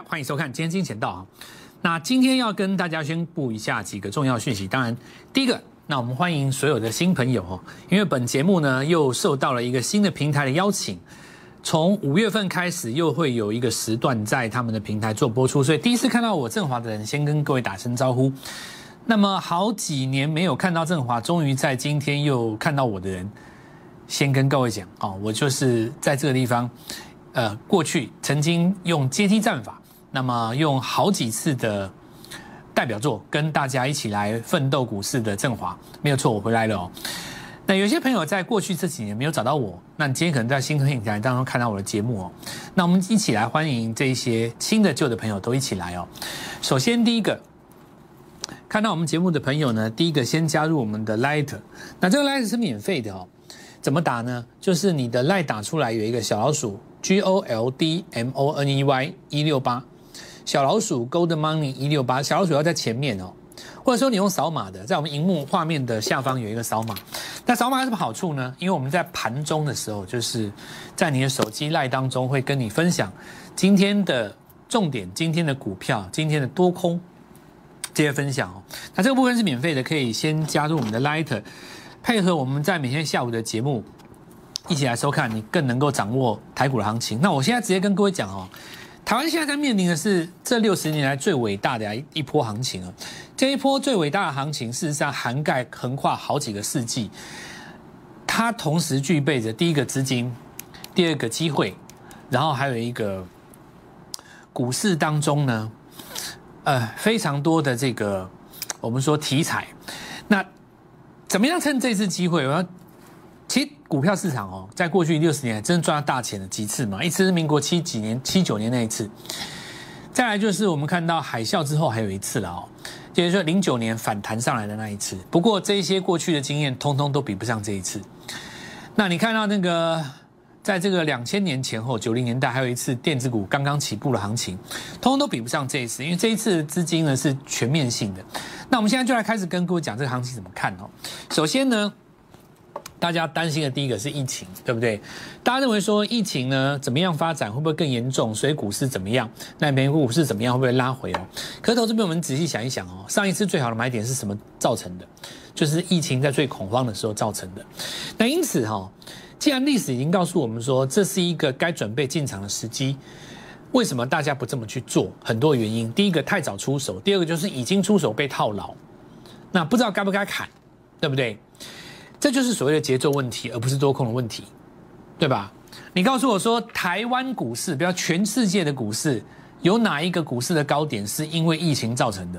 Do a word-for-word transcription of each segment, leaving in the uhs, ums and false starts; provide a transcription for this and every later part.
欢迎收看《今天金钱道》啊。那今天要跟大家宣布一下几个重要讯息。当然，第一个，那我们欢迎所有的新朋友哦，因为本节目呢又受到了一个新的平台的邀请，从五月份开始又会有一个时段在他们的平台做播出，所以第一次看到我振华的人，先跟各位打声招呼。那么好几年没有看到振华，终于在今天又看到我的人，先跟各位讲哦，我就是在这个地方。呃，过去曾经用阶梯战法，那么用好几次的代表作跟大家一起来奋斗股市的振华，没有错，我回来了哦。那有些朋友在过去这几年没有找到我，那你今天可能在新平台当中看到我的节目哦。那我们一起来欢迎这一些新的旧的朋友都一起来哦。首先第一个，看到我们节目的朋友呢，第一个先加入我们的 Light， 那这个 Light 是免费的哦。怎么打呢？就是你的 Light 打出来有一个小老鼠。G O L D M O N E Y 一六八，小老鼠 Gold Money 一六八，小老鼠要在前面哦，或者说你用扫码的，在我们荧幕画面的下方有一个扫码。那扫码有什么好处呢？因为我们在盘中的时候，就是在你的手机 LINE 当中会跟你分享今天的重点、今天的股票、今天的多空这些分享哦。那这个部分是免费的，可以先加入我们的 Light， 配合我们在每天下午的节目。一起来收看，你更能够掌握台股的行情。那我现在直接跟各位讲哦，台湾现在在面临的是这六十年来最伟大的一波行情啊！这一波最伟大的行情，事实上涵盖横跨好几个世纪，它同时具备着第一个资金，第二个机会，然后还有一个股市当中呢，呃，非常多的这个我们说题材。那怎么样趁这次机会？我要。其实股票市场哦，在过去六十年真的赚到大钱了几次嘛？一次是民国七几年、七九年那一次，再来就是我们看到海啸之后还有一次了哦，就是说零九年反弹上来的那一次。不过这些过去的经验，通通都比不上这一次。那你看到那个，在这个两千年前后，九零年代还有一次电子股刚刚起步的行情，通通都比不上这一次，因为这一次的资金呢是全面性的。那我们现在就来开始跟各位讲这个行情怎么看哦。首先呢。大家担心的第一个是疫情，对不对？大家认为说疫情呢怎么样发展，会不会更严重？所以股市怎么样？那美国股市怎么样？会不会拉回哦？可是投资朋友们仔细想一想哦，上一次最好的买点是什么造成的？就是疫情在最恐慌的时候造成的。那因此哈、哦，既然历史已经告诉我们说这是一个该准备进场的时机，为什么大家不这么去做？很多原因，第一个太早出手，第二个就是已经出手被套牢，那不知道该不该砍，对不对？这就是所谓的节奏问题，而不是多空的问题，对吧？你告诉我说，台湾股市，不要全世界的股市，有哪一个股市的高点是因为疫情造成的？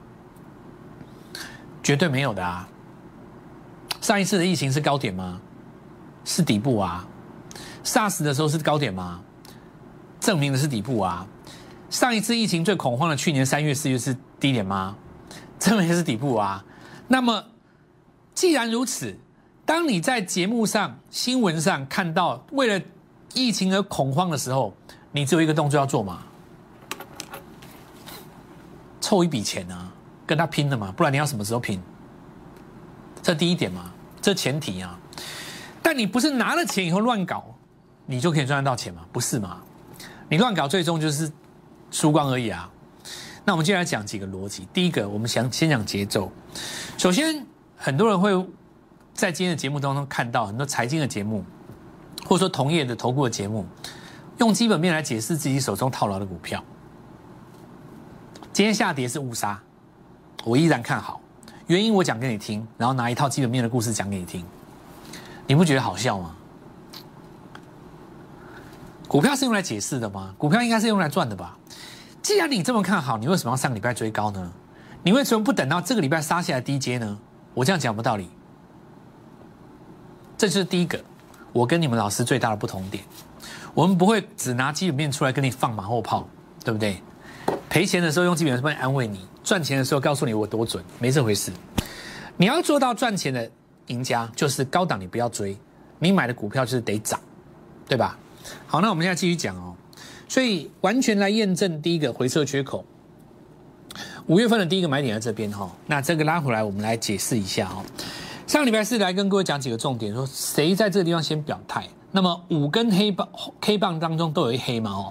绝对没有的啊！上一次的疫情是高点吗？是底部啊。SARS 的时候是高点吗？证明的是底部啊。上一次疫情最恐慌的去年三月、四月是低点吗？证明的是底部啊。那么，既然如此，当你在节目上、新闻上看到为了疫情而恐慌的时候，你只有一个动作要做嘛，凑一笔钱啊，跟他拼了嘛，不然你要什么时候拼？这第一点嘛，这前提啊。但你不是拿了钱以后乱搞，你就可以赚得到钱吗？不是嘛？你乱搞最终就是输光而已啊。那我们接下来讲几个逻辑。第一个，我们想先讲节奏。首先，很多人会在今天的节目当中看到很多财经的节目，或者说同业的投顾的节目，用基本面来解释自己手中套牢的股票。今天下跌是误杀，我依然看好，原因我讲给你听，然后拿一套基本面的故事讲给你听，你不觉得好笑吗？股票是用来解释的吗？股票应该是用来赚的吧？既然你这么看好，你为什么要上个礼拜追高呢？你为什么不等到这个礼拜杀下来低阶呢？我这样讲有没有道理？这就是第一个，我跟你们老师最大的不同点。我们不会只拿基本面出来跟你放马后炮，对不对？赔钱的时候用基本面安慰你，赚钱的时候告诉你我多准，没这回事。你要做到赚钱的赢家，就是高档你不要追，你买的股票就是得涨，对吧？好，那我们现在继续讲哦。所以完全来验证第一个回撤缺口。五月份的第一个买点在这边哈，那这个拉回来，我们来解释一下哦。上个礼拜四来跟各位讲几个重点，说谁在这个地方先表态。那么五根黑棒 K 棒当中都有一黑嘛哦，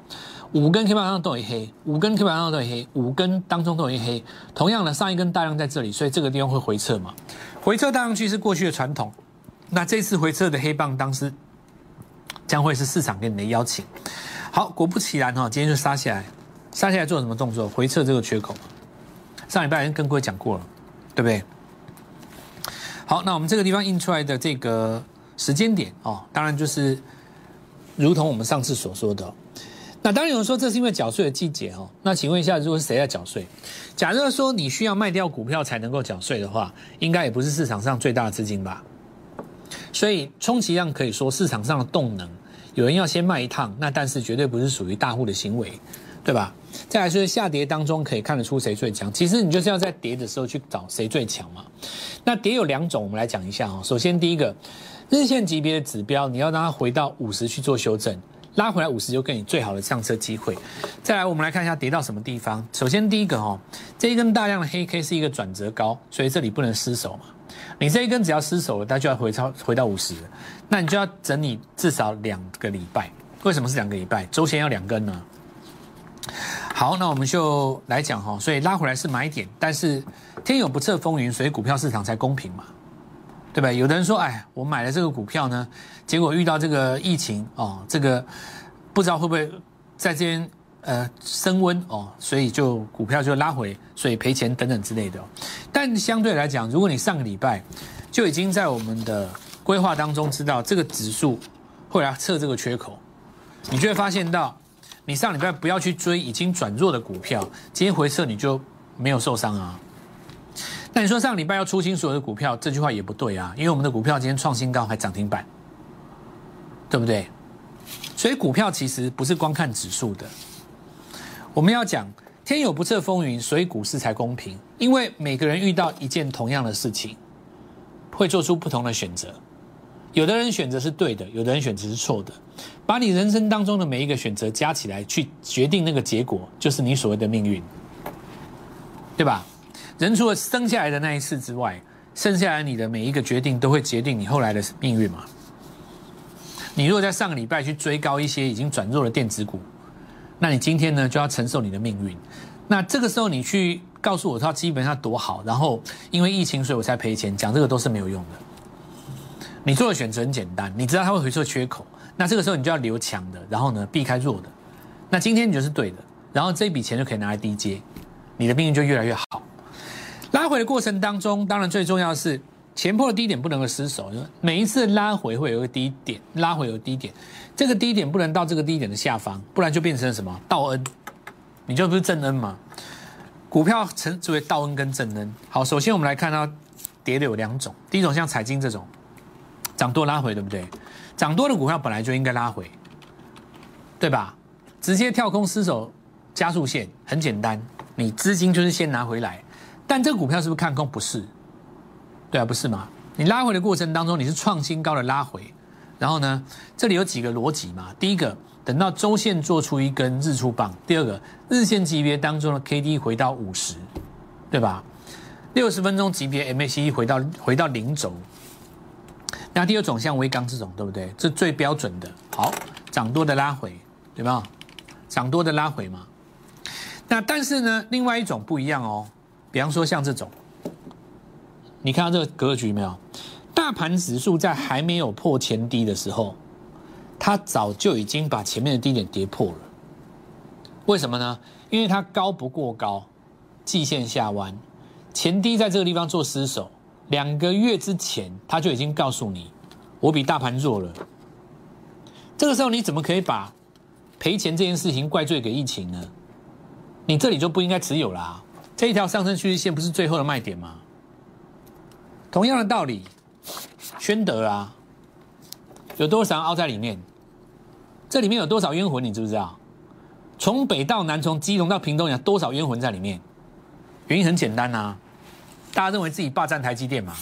五根 K 棒上都有黑，五根 K 棒上都有黑，五根当中都有黑。同样的，上一根大量在这里，所以这个地方会回撤嘛？回撤大上去是过去的传统，那这次回撤的黑棒当时将会是市场给你的邀请。好，果不其然哈，今天就杀下来，杀下来做什么动作？回撤这个缺口。上礼拜已经跟各位讲过了，对不对？好，那我们这个地方印出来的这个时间点哦，当然就是如同我们上次所说的、哦。那当然有人说这是因为缴税的季节哦。那请问一下，如果是谁在缴税？假设说你需要卖掉股票才能够缴税的话，应该也不是市场上最大的资金吧？所以充其量可以说市场上的动能，有人要先卖一趟，那但是绝对不是属于大户的行为，对吧？再来说下跌当中可以看得出谁最强，其实你就是要在跌的时候去找谁最强嘛。那跌有两种，我们来讲一下哦。首先第一个，日线级别的指标，你要让它回到五十去做修正。拉回来五十就给你最好的上车机会。再来，我们来看一下跌到什么地方。首先第一个哦，这一根大量的黑 K 是一个转折高，所以这里不能失守嘛。你这一根只要失守了，它就要回超回到五十，那你就要整理至少两个礼拜。为什么是两个礼拜？周线要两根呢？好，那我们就来讲哈，所以拉回来是买点，但是天有不测风云，所以股票市场才公平嘛。对吧？有的人说，哎，我买了这个股票呢，结果遇到这个疫情哦，这个不知道会不会在这边呃升温哦，所以就股票就拉回，所以赔钱等等之类的、哦。但相对来讲，如果你上个礼拜就已经在我们的规划当中知道这个指数会来测这个缺口，你就会发现到，你上礼拜不要去追已经转弱的股票，今天回撤你就没有受伤啊。那你说上礼拜要出清所有的股票，这句话也不对啊，因为我们的股票今天创新高还涨停板，对不对？所以股票其实不是光看指数的，我们要讲天有不测风云，所以股市才公平。因为每个人遇到一件同样的事情，会做出不同的选择。有的人选择是对的，有的人选择是错的。把你人生当中的每一个选择加起来，去决定那个结果，就是你所谓的命运，对吧？人除了生下来的那一次之外，剩下来你的每一个决定都会决定你后来的命运嘛。你如果在上个礼拜去追高一些已经转弱的电子股，那你今天呢就要承受你的命运。那这个时候你去告诉我它基本上多好，然后因为疫情所以我才赔钱，讲这个都是没有用的。你做的选择很简单，你知道它会回撤缺口，那这个时候你就要留强的，然后呢避开弱的。那今天你就是对的，然后这笔钱就可以拿来低接，你的命运就越来越好。拉回的过程当中，当然最重要的是前波的低点不能够失守。每一次拉回会有一个低点，拉回有个低点，这个低点不能到这个低点的下方，不然就变成了什么倒 N， 你就不是正 N 嘛。股票称之为倒 N 跟正 N。好，首先我们来看到跌的有两种，第一种像彩晶这种涨多拉回，对不对？涨多的股票本来就应该拉回，对吧？直接跳空失守加速线很简单，你资金就是先拿回来。但这个股票是不是看空？不是，对啊，不是嘛？你拉回的过程当中，你是创新高的拉回，然后呢，这里有几个逻辑嘛？第一个，等到周线做出一根日出棒；第二个，日线级别当中的 K D 回到五十，对吧？六十分钟级别 M A C D 回到回到零轴。那第二种像微钢这种，对不对？这最标准的，好，涨多的拉回，对吧？涨多的拉回嘛。那但是呢，另外一种不一样哦。比方说像这种，你看到这个格局没有？大盘指数在还没有破前低的时候，它早就已经把前面的低点跌破了。为什么呢？因为它高不过高，季线下弯，前低在这个地方做失守，两个月之前它就已经告诉你，我比大盘弱了。这个时候你怎么可以把赔钱这件事情怪罪给疫情呢？你这里就不应该持有啦。这一条上升趋势线不是最后的卖点吗？同样的道理，宣德啊，有多少人凹在里面？这里面有多少冤魂？你知不知道？从北到南，从基隆到屏东，有多少冤魂在里面？原因很简单啊，大家认为自己霸占台积电嘛，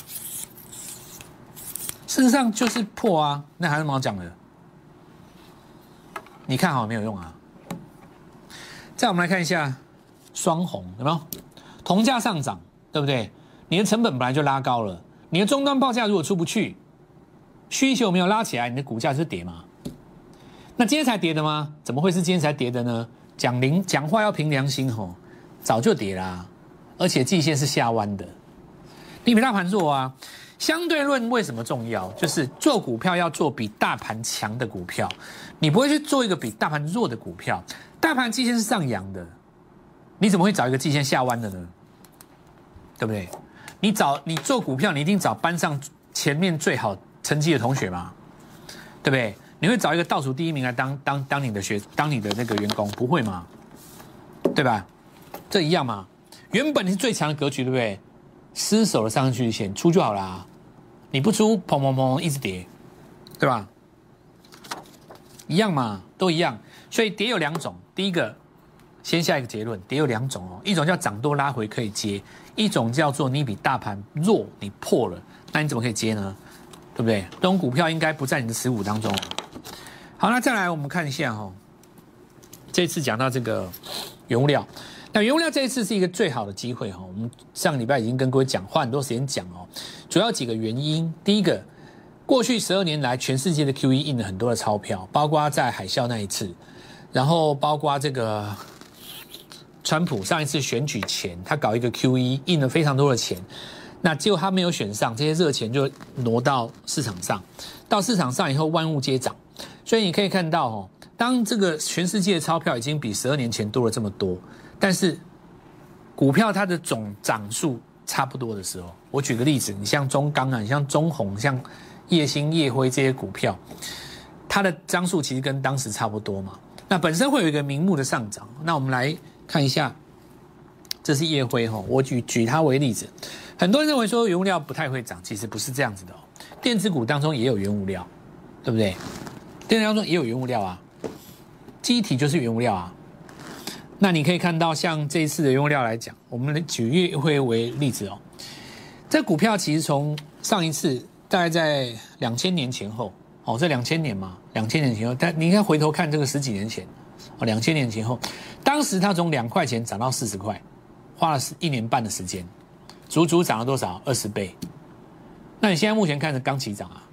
事实上就是破啊，那还有什么好讲的？你看好没有用啊。再我们来看一下双红，有没有？铜价上涨，对不对？你的成本本来就拉高了，你的终端报价如果出不去，需求没有拉起来，你的股价是跌吗？那今天才跌的吗？怎么会是今天才跌的呢？ 讲灵讲话要凭良心吼，早就跌啦，而且季线是下弯的，你比大盘弱啊。相对论为什么重要？就是做股票要做比大盘强的股票，你不会去做一个比大盘弱的股票。大盘季线是上扬的，你怎么会找一个季线下弯的呢？对不对？你找你做股票，你一定找班上前面最好成绩的同学嘛，对不对？你会找一个倒数第一名来当当当你的学当你的那个员工，不会吗？对吧？这一样嘛。原本你是最强的格局，对不对？失守了上升趋势线，出就好啦。你不出，砰砰砰一直跌，对吧？一样嘛，都一样。所以跌有两种，第一个先下一个结论，跌有两种哦，一种叫涨多拉回可以接，一种叫做你比大盘弱，你破了，那你怎么可以接呢？对不对？这种股票应该不在你的持股当中。好，那再来我们看一下哦，这次讲到这个原物料。那原物料这一次是一个最好的机会哈，我们上个礼拜已经跟各位讲，花很多时间讲哦，主要几个原因。第一个，过去十二年来，全世界的 Q E 印了很多的钞票，包括在海啸那一次，然后包括这个川普上一次选举前，他搞一个 Q E 印了非常多的钱，那结果他没有选上，这些热钱就挪到市场上，到市场上以后万物皆涨，所以你可以看到哦，当这个全世界的钞票已经比十二年前多了这么多。但是股票它的总涨数差不多的时候，我举个例子，你像中钢啊，你像中鸿、像燁兴、燁辉这些股票，它的张数其实跟当时差不多嘛。那本身会有一个名目的上涨。那我们来看一下，这是燁辉哈，我举举它为例子。很多人认为说原物料不太会涨，其实不是这样子的哦。电子股当中也有原物料，对不对？电子当中也有原物料啊，记忆体就是原物料啊。那你可以看到，像这一次的原物料来讲，我们举燁辉为例子哦。这股票其实从上一次大概在两千年前后，哦，这两千年嘛，两千年前后，但你应该回头看这个十几年前，哦，两千年前后，当时它从两块钱涨到四十块，花了一年半的时间，足足涨了多少？二十倍。那你现在目前看着刚起涨啊。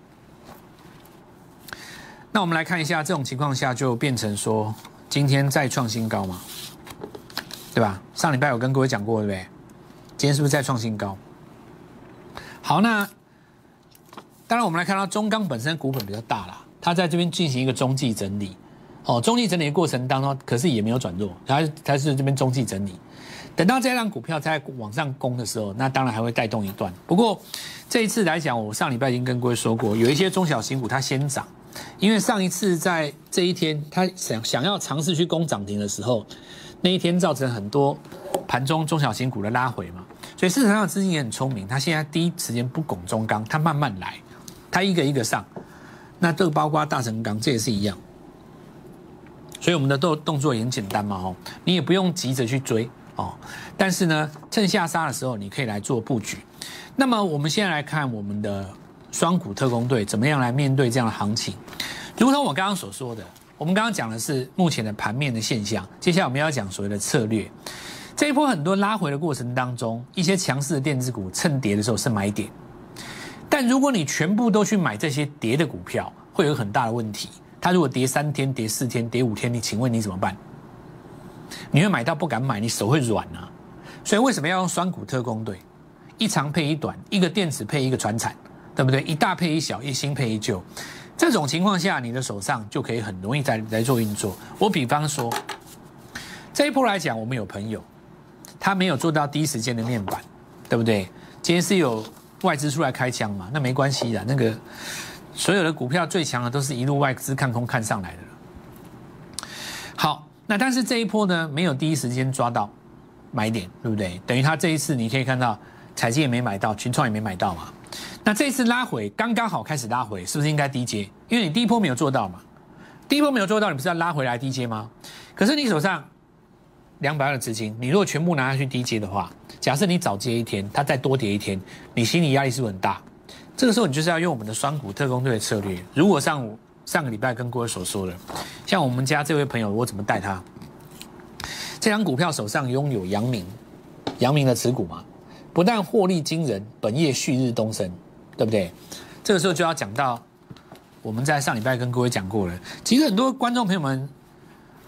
那我们来看一下，这种情况下就变成说，今天再创新高嘛。对吧？上礼拜有跟各位讲过，对不对？今天是不是再创新高？好，那当然我们来看到中钢本身股本比较大啦，它在这边进行一个中继整理。哦，中继整理的过程当中，可是也没有转弱，它它是这边中继整理。等到这档股票在往上攻的时候，那当然还会带动一段。不过这一次来讲，我上礼拜已经跟各位说过，有一些中小型股它先涨，因为上一次在这一天它想想要尝试去攻涨停的时候。那一天造成很多盘中中小型股的拉回嘛，所以市场上的资金也很聪明，他现在第一时间不拱中钢，他慢慢来，他一个一个上。那这个包括大成钢，这也是一样。所以我们的动动作也很简单嘛，哦，你也不用急着去追哦，但是呢，趁下杀的时候，你可以来做布局。那么我们现在来看我们的双股特工队怎么样来面对这样的行情，如同我刚刚所说的。我们刚刚讲的是目前的盘面的现象，接下来我们要讲所谓的策略。这一波很多拉回的过程当中，一些强势的电子股趁跌的时候是买点，但如果你全部都去买这些跌的股票，会有很大的问题。它如果跌三天、跌四天、跌五天，你请问你怎么办？你会买到不敢买，你手会软啊。所以为什么要用双股特工队？一长配一短，一个电子配一个传产，对不对？一大配一小，一新配一旧。这种情况下，你的手上就可以很容易再来做运作。我比方说，这一波来讲，我们有朋友，他没有做到第一时间的面板，对不对？今天是有外资出来开枪嘛，那没关系的。那个所有的股票最强的都是一路外资看空看上来的了。好，那但是这一波呢，没有第一时间抓到买点，对不对？等于他这一次你可以看到，彩晶也没买到，群创也没买到嘛。那这一次拉回刚刚好开始拉回，是不是应该低接？因为你第一波没有做到嘛，第一波没有做到，你不是要拉回来低接吗？可是你手上两百万的资金，你如果全部拿下去低接的话，假设你早接一天，它再多跌一天，你心理压力是不是很大？这个时候你就是要用我们的双股特工队的策略。如果上午上个礼拜跟各位所说的，像我们家这位朋友，我怎么带他？这张股票手上拥有阳明，阳明的持股嘛，不但获利惊人，本业旭日东升。对不对？这个时候就要讲到我们在上礼拜跟各位讲过了。其实很多观众朋友们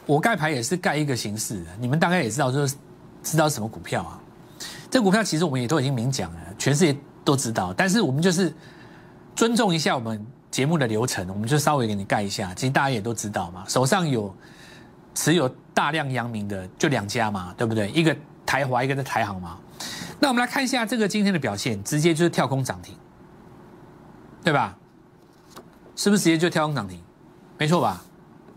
我盖牌也是盖一个形式，你们大概也知道，就是知道什么股票啊。这股票其实我们也都已经明讲了，全世界都知道，但是我们就是尊重一下我们节目的流程，我们就稍微给你盖一下。其实大家也都知道嘛，手上有持有大量阳明的就两家嘛，对不对？一个台华，一个在台航嘛。那我们来看一下这个今天的表现，直接就是跳空涨停，对吧？是不是直接就跳空涨停？没错吧？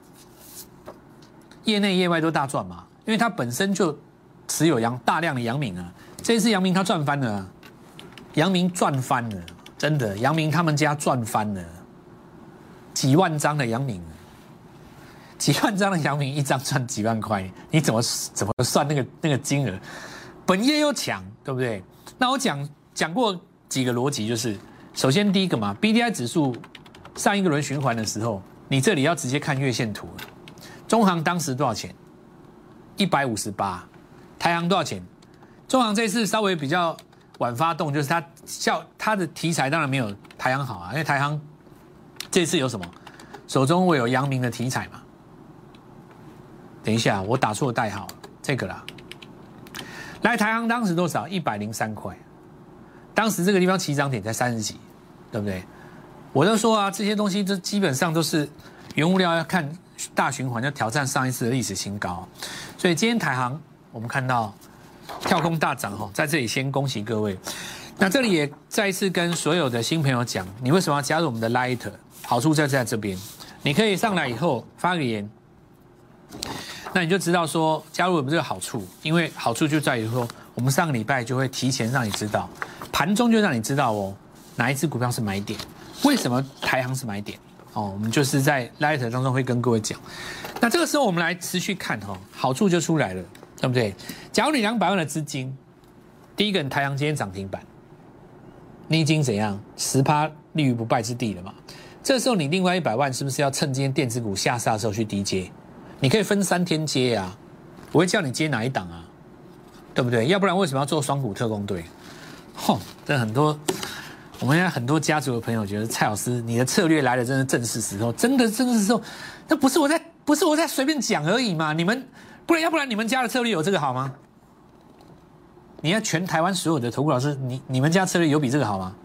业内业外都大赚嘛，因为它本身就持有阳大量的阳明啊。这一次阳明它赚翻了、啊，阳明赚翻了，真的，阳明他们家赚翻了，几万张的阳明，几万张的阳明一张赚几万块，你怎么怎么算那个那个金额？本业又强，对不对？那我讲讲过几个逻辑，就是首先第一个嘛 ，B D I 指数上一个轮循环的时候，你这里要直接看月线图了。中航当时多少钱？一百五十八。台航多少钱？中航这次稍微比较晚发动，就是它效它的题材当然没有台航好啊，因为台航这次有什么？手中我有阳明的题材嘛。等一下，我打错代号，这个啦。来，台航当时多少？一百零三块。当时这个地方起涨点才三十几，对不对？我就说啊，这些东西这基本上都是原物料要看大循环，要挑战上一次的历史新高。所以今天台航我们看到跳空大涨哦，在这里先恭喜各位。那这里也再一次跟所有的新朋友讲，你为什么要加入我们的 Light？ 好处就在这边，你可以上来以后发个言，那你就知道说加入我们这个好处，因为好处就在于说，我们上个礼拜就会提前让你知道，盘中就让你知道哦，哪一只股票是买点，为什么台航是买点哦，我们就是在 Light 当中会跟各位讲。那这个时候我们来持续看哈、哦，好处就出来了。对不对？假如你两百万的资金，第一个台航今天涨停板，你已经怎样十趴立于不败之地了嘛？这时候你另外一百万是不是要趁今天电子股下杀的时候去低接？你可以分三天接啊，我会叫你接哪一档啊？对不对？要不然为什么要做双股特工队？吼，这很多我们现在很多家族的朋友觉得蔡老师你的策略来的真的正是时候，真的正是时候，那不是我在不是我在随便讲而已嘛？你们。不然，要不然你们家的策略有这个好吗？你看全台湾所有的投顾老师，你你们家策略有比这个好吗？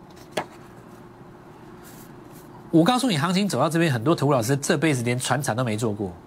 我告诉你，行情走到这边，很多投顾老师这辈子连传产都没做过，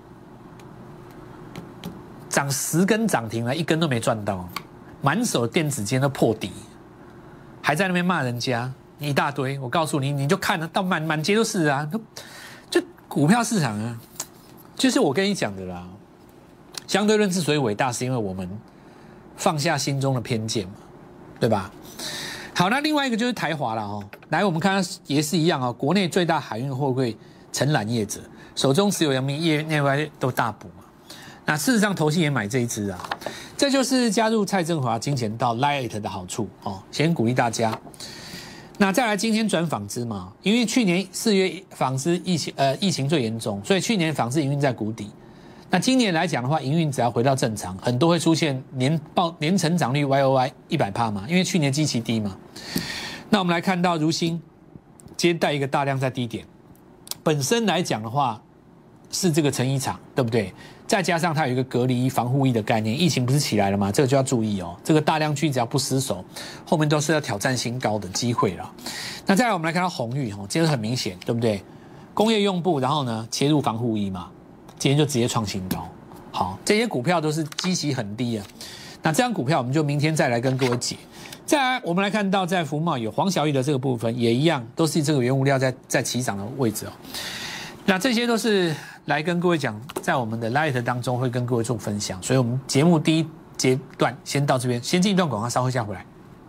涨十根涨停了，一根都没赚到，满手电子间都破底，还在那边骂人家一大堆。我告诉你，你就看得到满满街都是啊，就股票市场啊，就是我跟你讲的啦。相对论之所以伟大，是因为我们放下心中的偏见嘛，对吧？好，那另外一个就是台华了哦。来，我们看也是一样哦，国内最大海运货柜承揽业者，手中持有阳明业内外都大补嘛。那事实上，投信也买这一支啊，这就是加入蔡振华金钱道 Light 的好处哦。先鼓励大家。那再来，今天转纺织嘛，因为去年四月纺织疫情呃疫情最严重，所以去年纺织营运在谷底。那今年来讲的话，营运只要回到正常，很多会出现年报年成长率 Y O Y 一百趴嘛，因为去年基期低嘛。那我们来看到如新接待一个大量在低点，本身来讲的话是这个成衣厂，对不对？再加上它有一个隔离防护衣的概念，疫情不是起来了吗？这个就要注意哦。这个大量区只要不失手，后面都是要挑战新高的机会了。那再来我们来看到鸿运哦，今天很明显，对不对？工业用布，然后呢切入防护衣嘛。今天就直接创新高，好，这些股票都是基期很低啊。那这张股票我们就明天再来跟各位解。再来，我们来看到在福茂有黄小玉的这个部分也一样，都是这个原物料在在起涨的位置哦。那这些都是来跟各位讲，在我们的 Light 当中会跟各位做分享。所以我们节目第一阶段先到这边，先进一段广告，稍后下回来。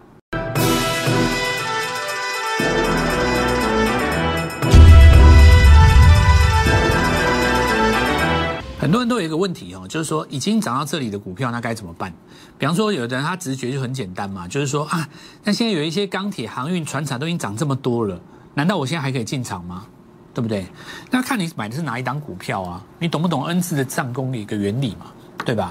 很多人都有一个问题哦，就是说已经涨到这里的股票，那该怎么办？比方说，有的人他直觉就很简单嘛，就是说啊，那现在有一些钢铁、航运、传产都已经涨这么多了，难道我现在还可以进场吗？对不对？那看你买的是哪一档股票啊？你懂不懂 N 字的上攻的一个原理嘛？对吧？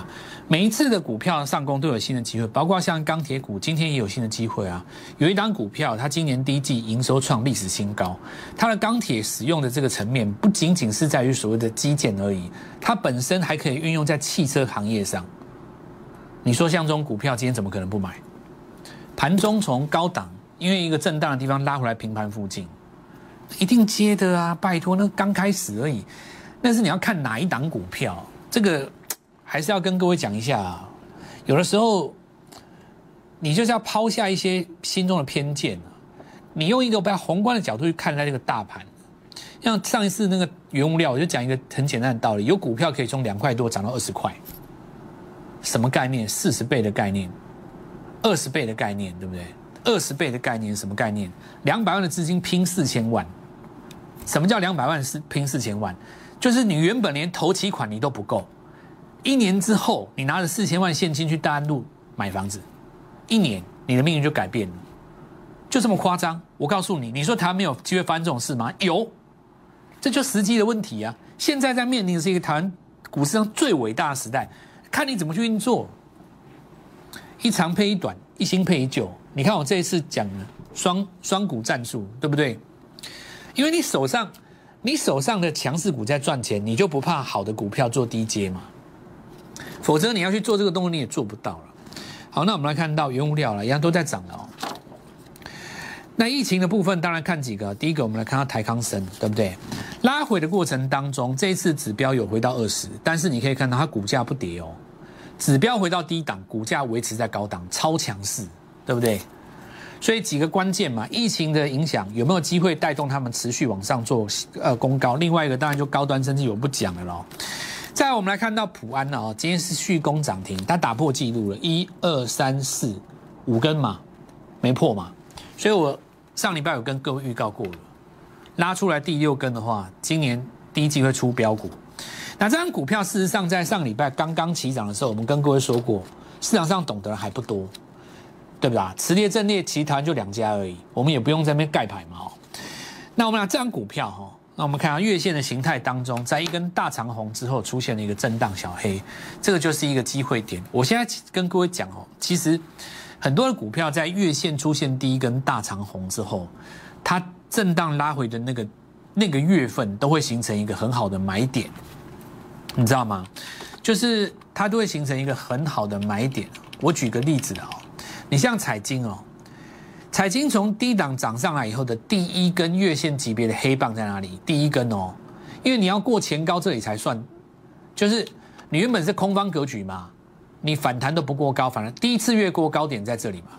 每一次的股票上攻都有新的机会，包括像钢铁股，今天也有新的机会啊。有一档股票，它今年第一季营收创历史新高，它的钢铁使用的这个层面不仅仅是在于所谓的基建而已，它本身还可以运用在汽车行业上。你说像这种股票，今天怎么可能不买？盘中从高档，因为一个震荡的地方拉回来平盘附近，一定接的啊！拜托，那刚开始而已。但是你要看哪一档股票，这个。还是要跟各位讲一下啊，有的时候你就是要抛下一些心中的偏见啊，你用一个比较宏观的角度去看待这个大盘。像上一次那个原物料，我就讲一个很简单的道理：有股票可以从两块多涨到二十块，什么概念？四十倍的概念，二十倍的概念，对不对？二十倍的概念什么概念？两百万的资金拼四千万。什么叫两百万拼四千万？就是你原本连头期款你都不够。一年之后，你拿着四千万现金去大安路买房子，一年你的命运就改变了，就这么夸张。我告诉你，你说台湾没有机会发生这种事吗？有，这就时机的问题啊。现在在面临的是一个台湾股市上最伟大的时代，看你怎么去运作。一长配一短，一新配一旧。你看我这一次讲的双双股战术，对不对？因为你手上你手上的强势股在赚钱，你就不怕好的股票做低阶嘛？否则你要去做这个动作，你也做不到了。好，那我们来看到原物料了，一样都在涨了哦。那疫情的部分，当然看几个。第一个，我们来看到台康生，对不对？拉回的过程当中，这一次指标有回到二十，但是你可以看到它股价不跌哦，指标回到低档，股价维持在高档，超强势，对不对？所以几个关键嘛，疫情的影响有没有机会带动他们持续往上做呃攻高？另外一个当然就高端生技，我不讲了咯。再来我们来看到普安哦，今天是续攻涨停，它打破纪录了，一二三四五根嘛，没破嘛，所以我上礼拜有跟各位预告过了，拉出来第六根的话，今年第一季会出标股。那这张股票事实上在上礼拜刚刚起涨的时候，我们跟各位说过，市场上懂得人还不多，对不对？磁力阵列其实台湾就两家而已，我们也不用在那边盖牌嘛哦。那我们拿这张股票哈。那我们看到月线的形态当中，在一根大长红之后出现了一个震荡小黑，这个就是一个机会点。我现在跟各位讲哦，其实很多的股票在月线出现第一根大长红之后，它震荡拉回的那个那个月份都会形成一个很好的买点，你知道吗？就是它都会形成一个很好的买点。我举个例子哦，你像彩晶哦。彩晶从低档涨上来以后的第一根月线级别的黑棒在哪里？第一根哦，因为你要过前高这里才算，就是你原本是空方格局嘛，你反弹都不过高，反而第一次越过高点在这里嘛。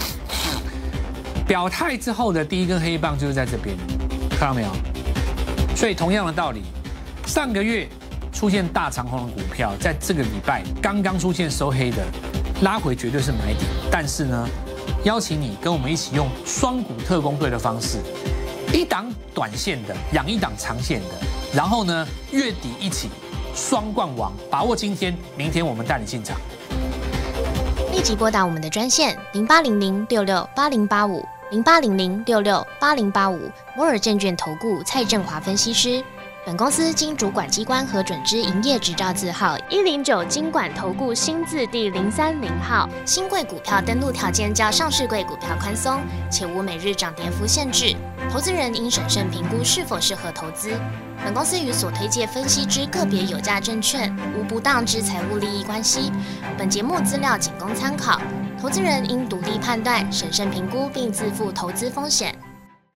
表态之后的第一根黑棒就是在这边，看到没有？所以同样的道理，上个月出现大长红的股票，在这个礼拜刚刚出现收黑的，拉回绝对是买点，但是呢？邀请你跟我们一起用双股特攻队的方式，一档短线的养一档长线的，然后呢月底一起双冠王，把握今天、明天我们带你进场。 立即拨打我们的专线零八零零六六八零八五零八零零六六八零八五摩尔证券投顾蔡正华分析师。本公司经主管机关核准之营业执照字号一零九金管投顾新字第零三零号。新贵股票登录条件较上市贵股票宽松，且无每日涨跌幅限制。投资人应审慎评估是否适合投资。本公司与所推介分析之个别有价证券无不当之财务利益关系。本节目资料仅供参考，投资人应独立判断、审慎评估并自负投资风险。